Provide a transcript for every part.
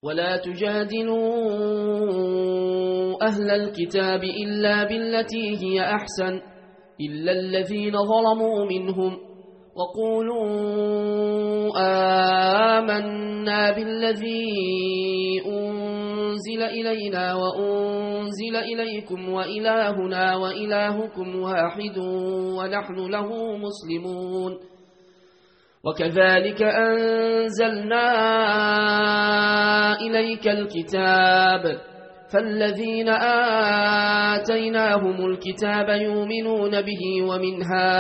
ولا تجادلوا أهل الكتاب إلا بالتي هي أحسن إلا الذين ظلموا منهم وقولوا آمنا بالذي أنزل إلينا وأنزل إليكم وإلهنا وإلهكم واحد ونحن له مسلمون وكذلك أنزلنا إليك الكتاب فالذين آتيناهم الكتاب يؤمنون به ومن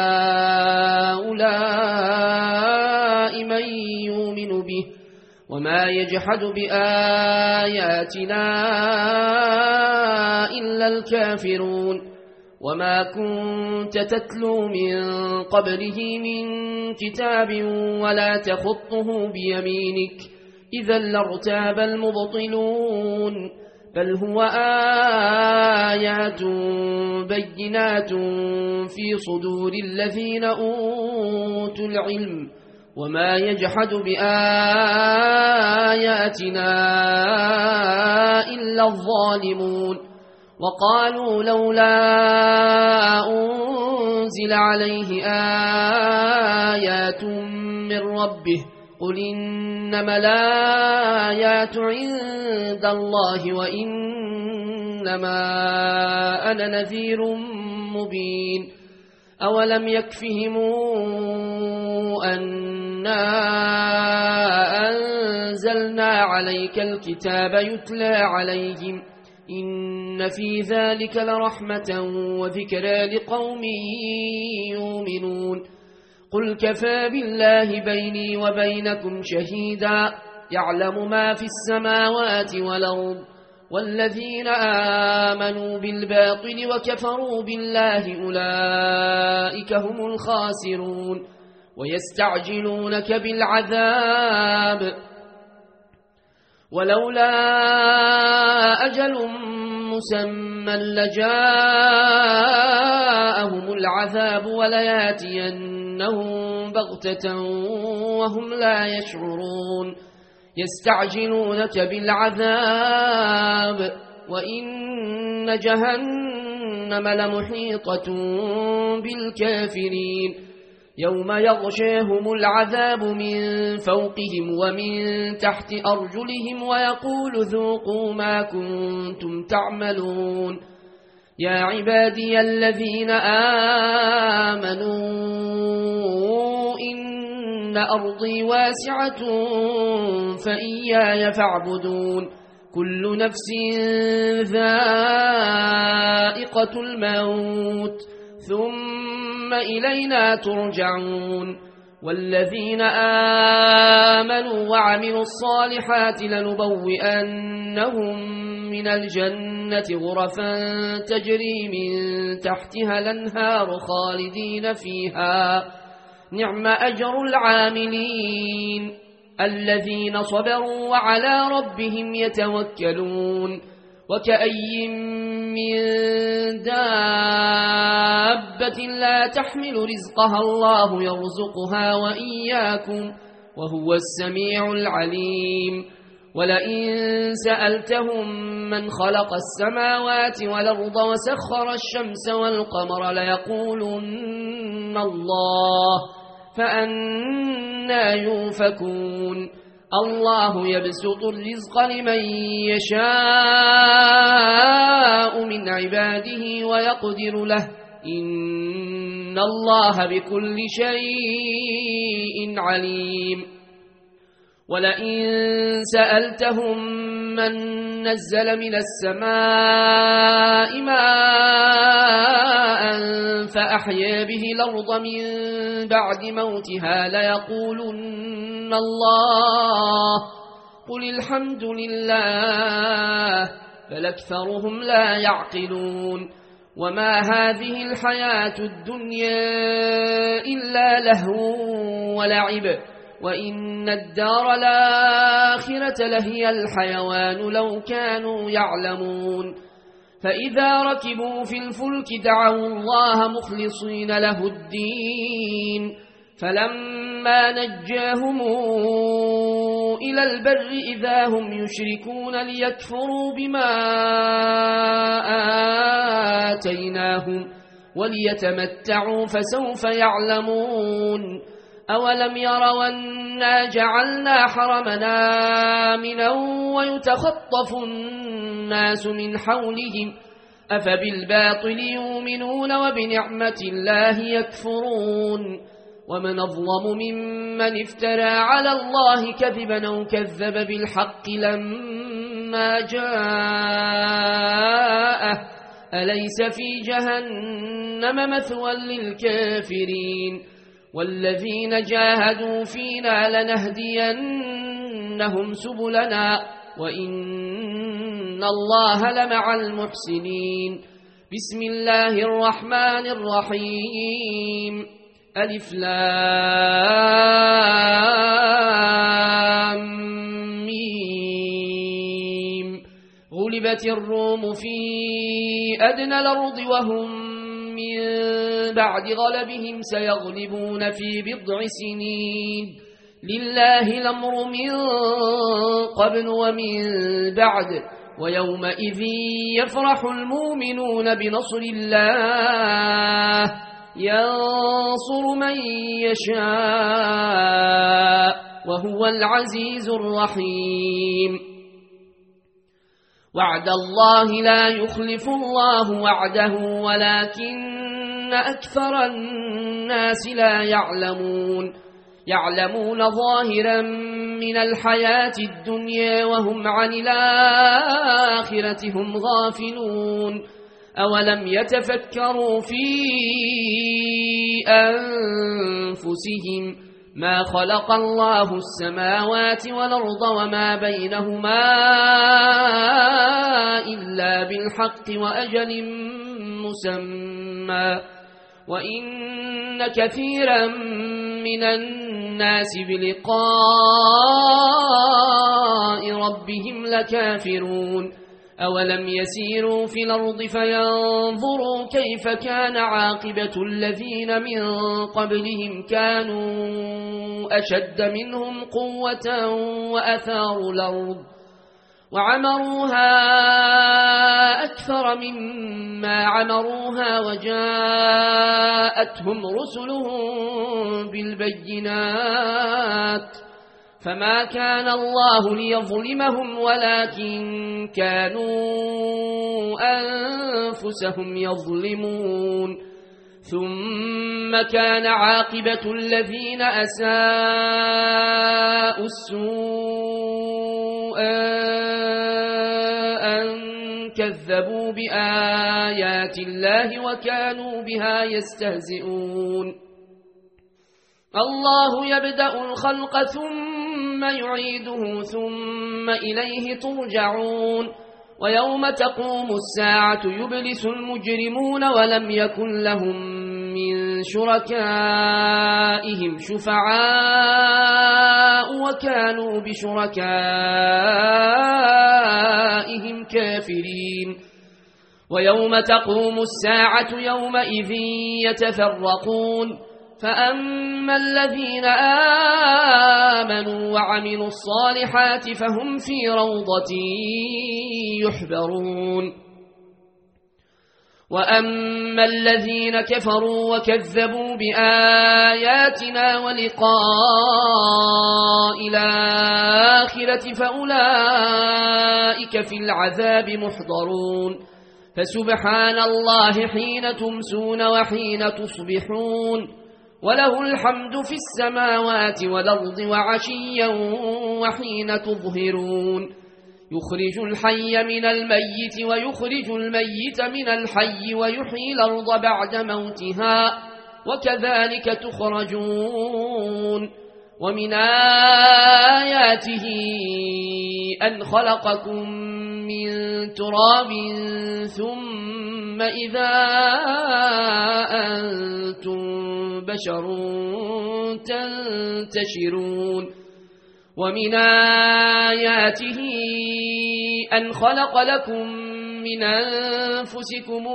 هؤلاء من يؤمن به وما يجحد بآياتنا إلا الكافرون وما كنت تتلو من قبله من كتاب ولا تخطه بيمينك إذا لارتاب المبطلون بل هو آيات بينات في صدور الذين أوتوا العلم وما يجحد بآياتنا إلا الظالمون وقالوا لولا أنزل عليه آيات من ربه قل إنما الآيات عند الله وإنما أنا نذير مبين أولم يكفهم أنا أنزلنا عليك الكتاب يتلى عليهم إن في ذلك لرحمة وذكرى لقوم يؤمنون قل كفى بالله بيني وبينكم شهيدا يعلم ما في السماوات والأرض والذين آمنوا بالباطل وكفروا بالله أولئك هم الخاسرون ويستعجلونك بالعذاب ولولا أجل مسمى لجاءهم العذاب ولياتينهم بغتة وهم لا يشعرون يستعجلونك بالعذاب وإن جهنم لمحيطة بالكافرين يوم يغشاهم العذاب من فوقهم ومن تحت أرجلهم ويقول ذوقوا ما كنتم تعملون يا عبادي الذين آمنوا إن أرضي واسعة فإياي فاعبدون كل نفس ذائقة الموت ثم إلينا ترجعون والذين آمنوا وعملوا الصالحات لنبوئنهم من الجنة غرفا تجري من تحتها الأنهار خالدين فيها نعم أجر العاملين الذين صبروا وعلى ربهم يتوكلون وكأي من دابة لا تحمل رزقها الله يرزقها وإياكم وهو السميع العليم ولئن سألتهم من خلق السماوات والأرض وسخر الشمس والقمر ليقولن الله فأنى يؤفكون الله يبسط الرزق لمن يشاء من عباده ويقدر له إن الله بكل شيء عليم ولئن سألتهم من نزل من السماء ماء فأحيا به الأرض من بعد موتها ليقولن الله قل الحمد لله بل أكثرهم لا يعقلون وما هذه الحياة الدنيا إلا لهو ولعب وإن الدار الآخرة لهي الحيوان لو كانوا يعلمون فإذا ركبوا في الفلك دعوا الله مخلصين له الدين فلما نجاهم إلى البر إذا هم يشركون ليكفروا بما آتيناهم وليتمتعوا فسوف يعلمون أولم يروا أنا جعلنا حرمنا آمنا ويتخطف الناس من حولهم أفبالباطل يؤمنون وبنعمة الله يكفرون ومن أظلم ممن افترى على الله كذبا أو كذب بالحق لما جاءه أليس في جهنم مثوى للكافرين والذين جاهدوا فينا لنهدينهم سبلنا وإن الله لمع المحسنين بسم الله الرحمن الرحيم ألف لام ميم غلبت الروم في أدنى الأرض وهم من بعد غلبهم سيغلبون في بضع سنين لله الأمر من قبل ومن بعد ويومئذ يفرح المؤمنون بنصر الله ينصر من يشاء وهو العزيز الرحيم وعد الله لا يخلف الله وعده ولكن أكثر الناس لا يعلمون ظاهرا من الحياة الدنيا وهم عن الآخرة هم غافلون أولم يتفكروا في أنفسهم ما خلق الله السماوات والأرض وما بينهما إلا بالحق وأجل مسمى وإن كثيرا من الناس بلقاء ربهم لكافرون أولم يسيروا في الأرض فينظروا كيف كان عاقبة الذين من قبلهم كانوا أشد منهم قوة وأثاروا الأرض وعمروها أكثر مما عمروها وجاءتهم رسلهم بالبينات فما كان الله ليظلمهم ولكن كانوا أنفسهم يظلمون ثم كان عاقبة الذين أساءوا السوء أن كذبوا بآيات الله وكانوا بها يستهزئون الله يبدأ الخلق ثم يعيده ثم إليه ترجعون ويوم تقوم الساعة يبلس المجرمون ولم يكن لهم من شركائهم شفعاء وكانوا بشركائهم كافرين ويوم تقوم الساعة يومئذ يتفرقون فأما الذين آمنوا وعملوا الصالحات فهم في روضة يحبرون وأما الذين كفروا وكذبوا بآياتنا ولقاء الآخرة فأولئك في العذاب محضرون فسبحان الله حين تمسون وحين تصبحون وله الحمد في السماوات والأرض وعشيا وحين تظهرون يخرج الحي من الميت ويخرج الميت من الحي ويحيي الأرض بعد موتها وكذلك تخرجون ومن آياته أن خلقكم من تراب ثم إذا أنتم بشر تنتشرون ومن آياته أن خلق لكم من أنفسكم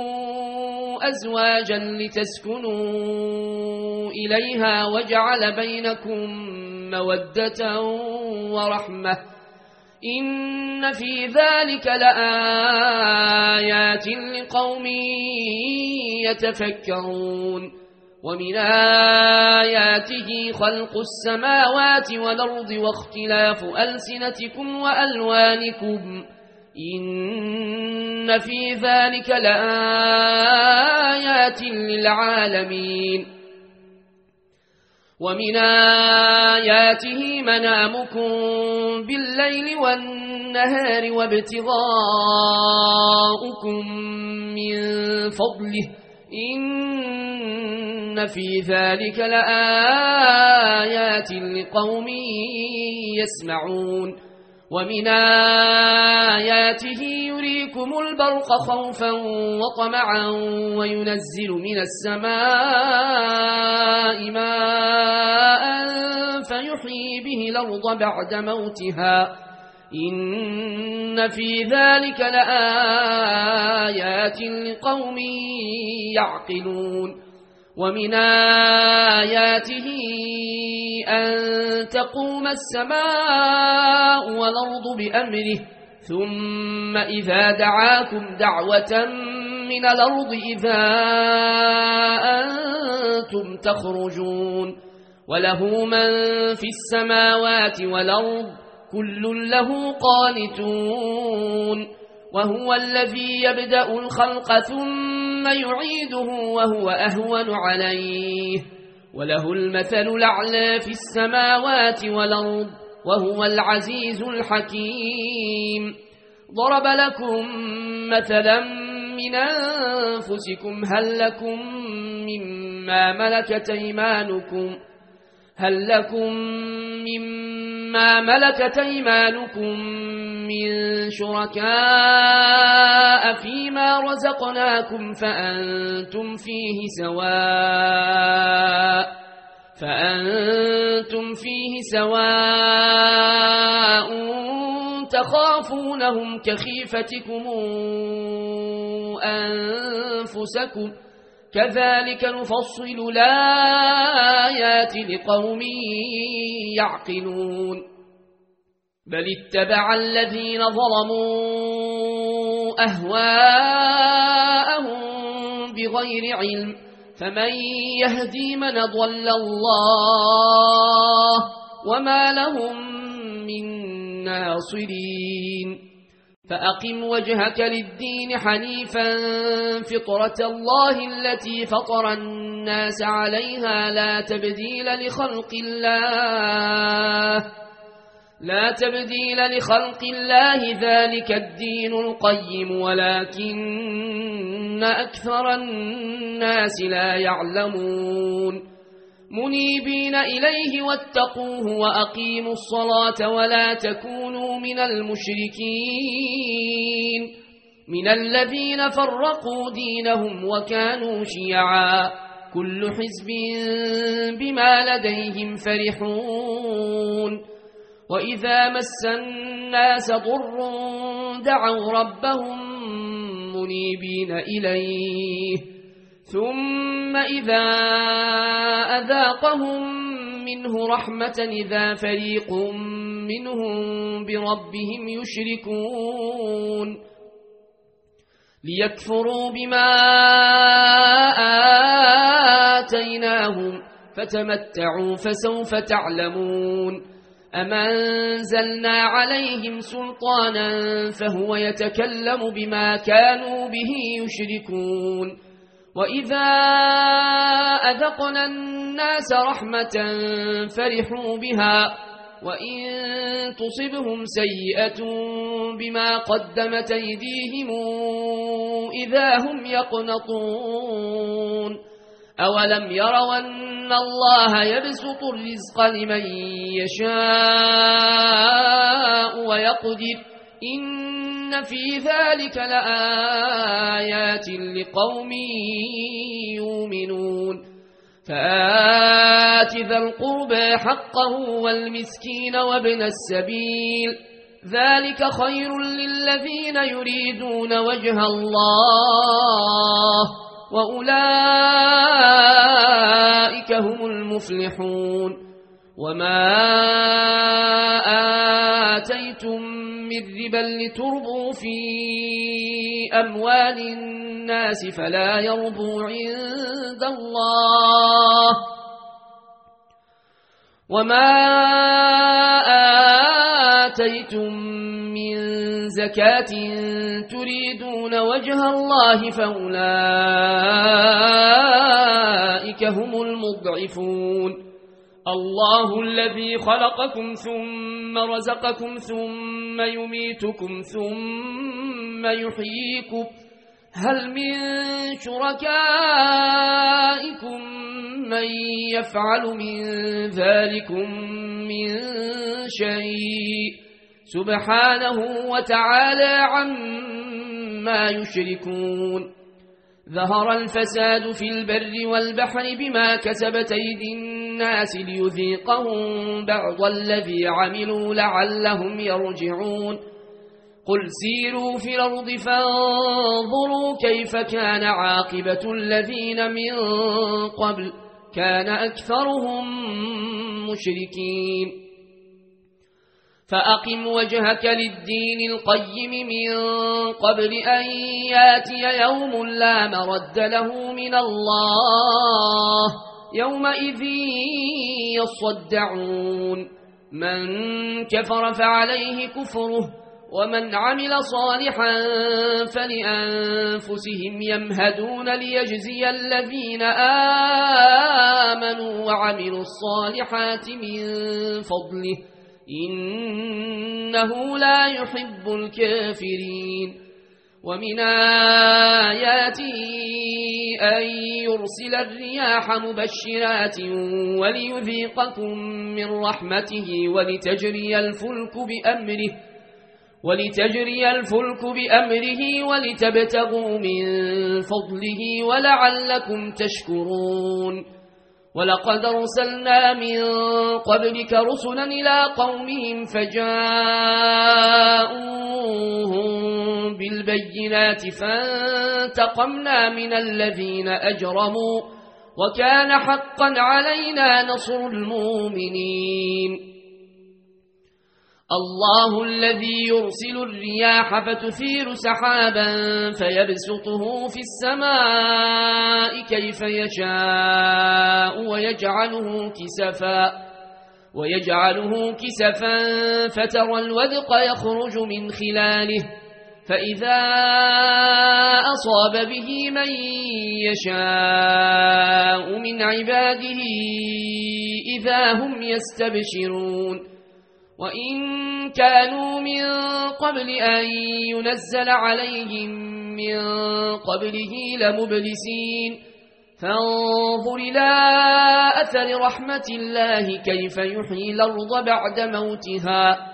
أزواجا لتسكنوا إليها وجعل بينكم مودة ورحمة إن في ذلك لآيات لقوم يتفكرون ومن آياته خلق السماوات والأرض واختلاف ألسنتكم وألوانكم إن في ذلك لآيات للعالمين ومن آياته منامكم بالليل والنهار وابتغاؤكم من فضله إن في ذلك لآيات لقوم يسمعون ومن آياته يريكم البرق خوفا وطمعا وينزل من السماء ماء فيحيي به الأرض بعد موتها إن في ذلك لآيات لقوم يعقلون ومن آياته أن تقوم السماء والأرض بأمره ثم إذا دعاكم دعوة من الأرض إذا أنتم تخرجون وله من في السماوات والأرض كل له قانتون وهو الذي يبدأ الخلق ثم يعيده وهو أهون عليه وله المثل الأعلى في السماوات والأرض وهو العزيز الحكيم ضرب لكم مثلا من أنفسكم هل لكم مما ملكت أيمانكم من شركاء فيما رزقناكم فأنتم فيه سواء تخافونهم كخيفتكم أنفسكم كذلك نفصل الآيات لقوم يعقلون بل اتبع الذين ظلموا أهواءهم بغير علم فمن يهدي من ضل الله وما لهم من ناصرين فأقم وجهك للدين حنيفا فطرة الله التي فطر الناس عليها لا تبديل لخلق الله ذلك الدين القيم ولكن أكثر الناس لا يعلمون منيبين إليه واتقوه وأقيموا الصلاة ولا تكونوا من المشركين من الذين فرقوا دينهم وكانوا شيعا كل حزب بما لديهم فرحون وإذا مس الناس ضر دعوا ربهم منيبين إليه ثم إذا أذاقهم منه رحمة إذا فريق منهم بربهم يشركون ليكفروا بما آتيناهم فتمتعوا فسوف تعلمون أم أنزلنا عليهم سلطانا فهو يتكلم بما كانوا به يشركون وإذا أذقنا الناس رحمة فرحوا بها وإن تصبهم سيئة بما قدمت أيديهم إذا هم يقنطون أولم يروا أن الله يبسط الرزق لمن يشاء ويقدر إن في ذلك لآيات لقوم يؤمنون فآت ذا القربى حقه والمسكين وابن السبيل ذلك خير للذين يريدون وجه الله وأولئك هم المفلحون وما آتيتم من ربا لتربوا في أموال الناس فلا يربو عند الله وما آتيتم من زكاة تريدون وجه الله فأولئك هم المضعفون الله الذي خلقكم ثم رزقكم ثم يميتكم ثم يحييكم هل من شركائكم من يفعل من ذلكم من شيء سبحانه وتعالى عما يشركون ظهر الفساد في البر والبحر بما كسبت أيدي الناس ليذيقهم بعض الذي عملوا لعلهم يرجعون قل سيروا في الأرض فانظروا كيف كان عاقبة الذين من قبل كان أكثرهم مشركين فأقم وجهك للدين القيم من قبل أن ياتي يوم لا مرد له من الله يومئذ يصدعون من كفر فعليه كفره ومن عمل صالحا فلأنفسهم يمهدون ليجزي الذين آمنوا وعملوا الصالحات من فضله إنه لا يحب الكافرين ومن آياته أن يرسل الرياح مبشرات وليذيقكم من رحمته ولتجري الفلك بأمره ولتبتغوا من فضله ولعلكم تشكرون ولقد أرسلنا من قبلك رسلا إلى قومهم فجاءوهم بالبينات فانتقمنا من الذين أجرموا وكان حقا علينا نصر المؤمنين الله الذي يرسل الرياح فتثير سحابا فيبسطه في السماء كيف يشاء ويجعله كسفا فترى الودق يخرج من خلاله فإذا أصاب به من يشاء من عباده إذا هم يستبشرون وإن كانوا من قبل أن ينزل عليهم من قبله لمبلسين فانظر إلى أثر رحمة الله كيف يحيي الأرض بعد موتها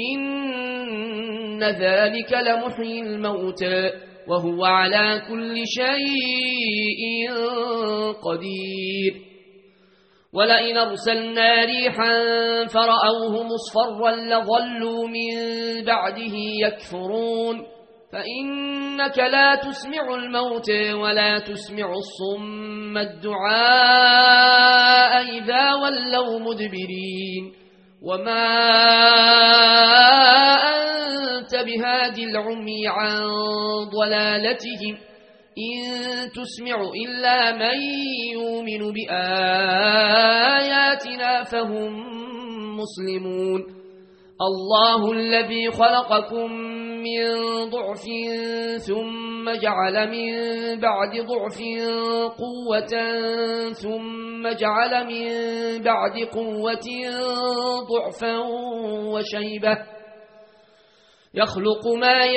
إن ذلك لمحيي الموتى وهو على كل شيء قدير ولئن أرسلنا ريحا فرأوه مصفرا لظلوا من بعده يكفرون فإنك لا تسمع الموت ولا تسمع الصم الدعاء إذا ولوا مدبرين وما أنت بهادي العمي عن ضلالتهم إن تسمع إلا من يؤمن بآياتنا فهم مسلمون الله الذي خلقكم من ضعف ثم جعل من بعد ضعف قوة ثم جعل من بعد قوة ضعفا وشيبة يخلق ما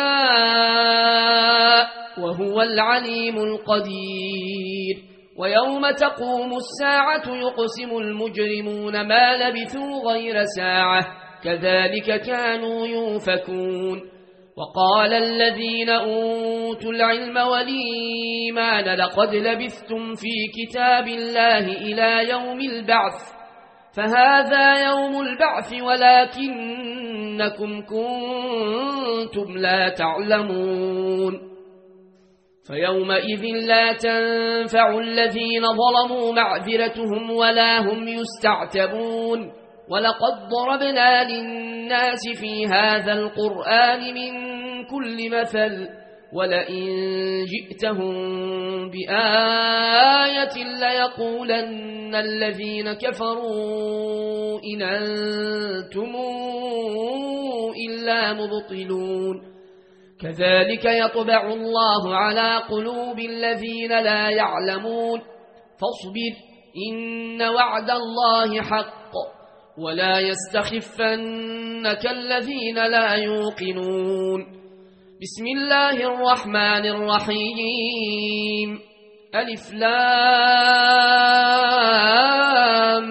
يشاء وهو العليم القدير ويوم تقوم الساعة يقسم المجرمون ما لبثوا غير ساعة كذلك كانوا يؤفكون وقال الذين أوتوا العلم والإيمان لقد لبثتم في كتاب الله إلى يوم البعث فهذا يوم البعث ولكنكم كنتم لا تعلمون فيومئذ لا تنفع الذين ظلموا معذرتهم ولا هم يستعتبون ولقد ضربنا للناس في هذا القرآن من كل مثل ولئن جئتهم بآية ليقولن الذين كفروا إن أنتم إلا مبطلون كذلك يطبع الله على قلوب الذين لا يعلمون فاصبر إن وعد الله حق ولا يستخفنك الذين لا يوقنون بسم الله الرحمن الرحيم ألف لام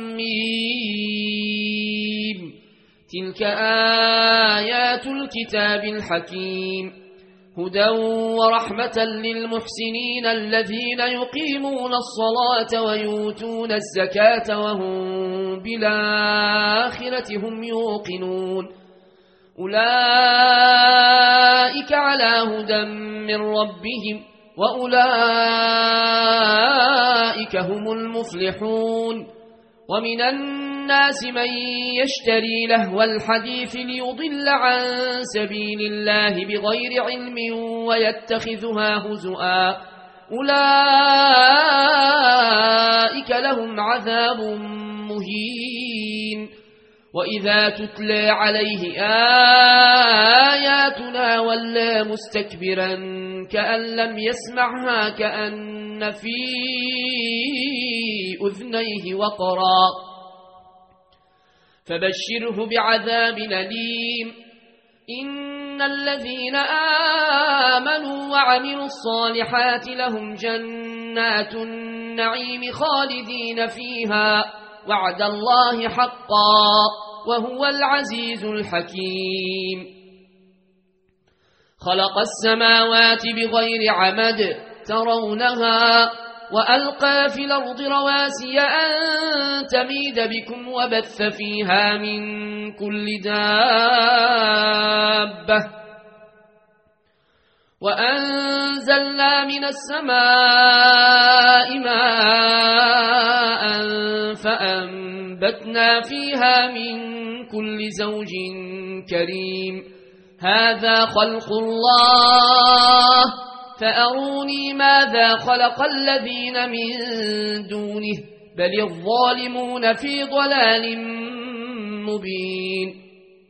ميم تلك آيات الكتاب الحكيم هدى ورحمة للمحسنين الذين يقيمون الصلاة ويؤتون الزكاة وهم بالآخرة هم يوقنون أولئك على هدى من ربهم وأولئك هم المفلحون ومن الناس من يشتري لهو الحديث ليضل عن سبيل الله بغير علم ويتخذها هزؤا أولئك لهم عذاب مهين وإذا تتلى عليه آياتنا ولى مستكبرا كأن لم يسمعها كأن في أذنيه وقرا فبشره بعذاب أليم إن الذين آمنوا وعملوا الصالحات لهم جنات النعيم خالدين فيها وعد الله حقا وهو العزيز الحكيم خلق السماوات بغير عمد ترونها وألقى في الأرض رواسي أن تميد بكم وبث فيها من كل دابة وأنزلنا من السماء ماء فأنبتنا فيها من كل زوج كريم هذا خلق الله فأروني ماذا خلق الذين من دونه بل الظالمون في ضلال مبين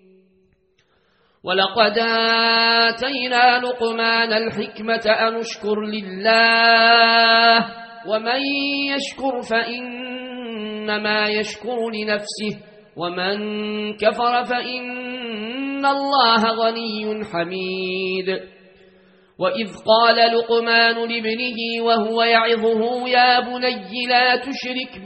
ولقد آتينا لقمان الحكمة أن اشكر لله ومن يشكر فإنما يشكر لنفسه ومن كفر فإن الله غني حميد وإذ قال لقمان لابنه وهو يعظه يا بني لا تشرك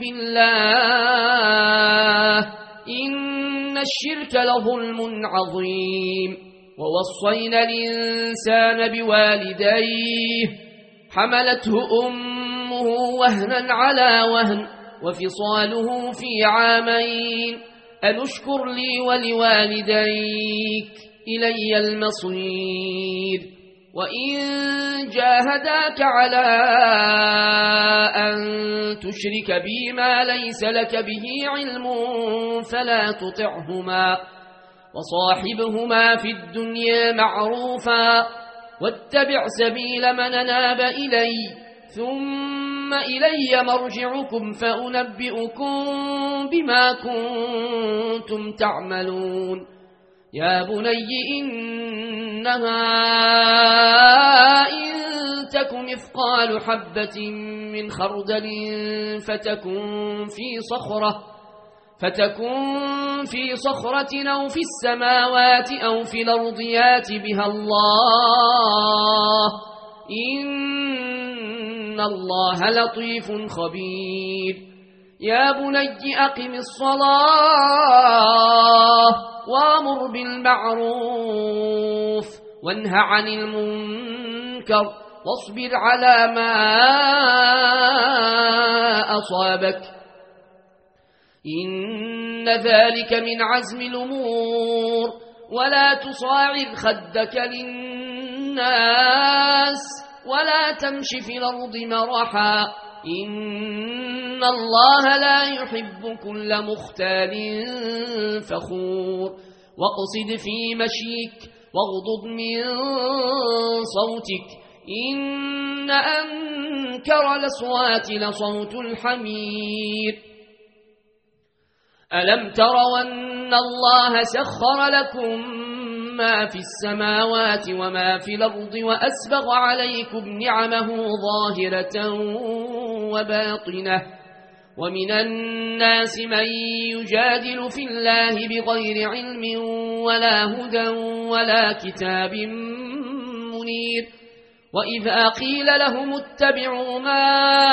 بالله إن الشرك لظلم عظيم ووصينا الإنسان بوالديه حملته أمه وهنا على وهن وفصاله في عامين أن اشكر لي ولوالديك إلي المصير وإن جاهداك على أن تشرك بي ما ليس لك به علم فلا تطعهما وصاحبهما في الدنيا معروفا واتبع سبيل من أناب إلي ثم إلي مرجعكم فأنبئكم بما كنتم تعملون يا بني إنها إن تك مثقال حبة من خردل فتكن في صخرة أو في السماوات أو في الأرض يات بها الله إن الله لطيف خبير يا بني أقم الصلاة وامر بالمعروف وانه عن المنكر واصبر على ما أصابك إن ذلك من عزم الأمور ولا تصاعد خدك للناس ولا تمش في الأرض مرحا إن الله لا يحب كل مختال فخور واقصد في مشيك واغضض من صوتك إن أنكر الأصوات لصوت الحمير ألم تروا أن الله سخر لكم ما في السماوات وما في الأرض وأسبغ عليكم نعمه ظاهرة وباطنة ومن الناس من يجادل في الله بغير علم ولا هدى ولا كتاب منير وإذا قيل لهم اتبعوا ما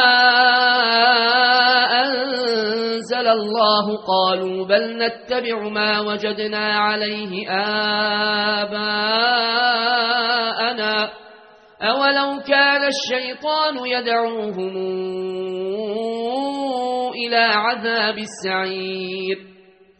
أنزل الله قالوا بل نتبع ما وجدنا عليه آباءنا أولو كان الشيطان يدعوهم إلى عذاب السعير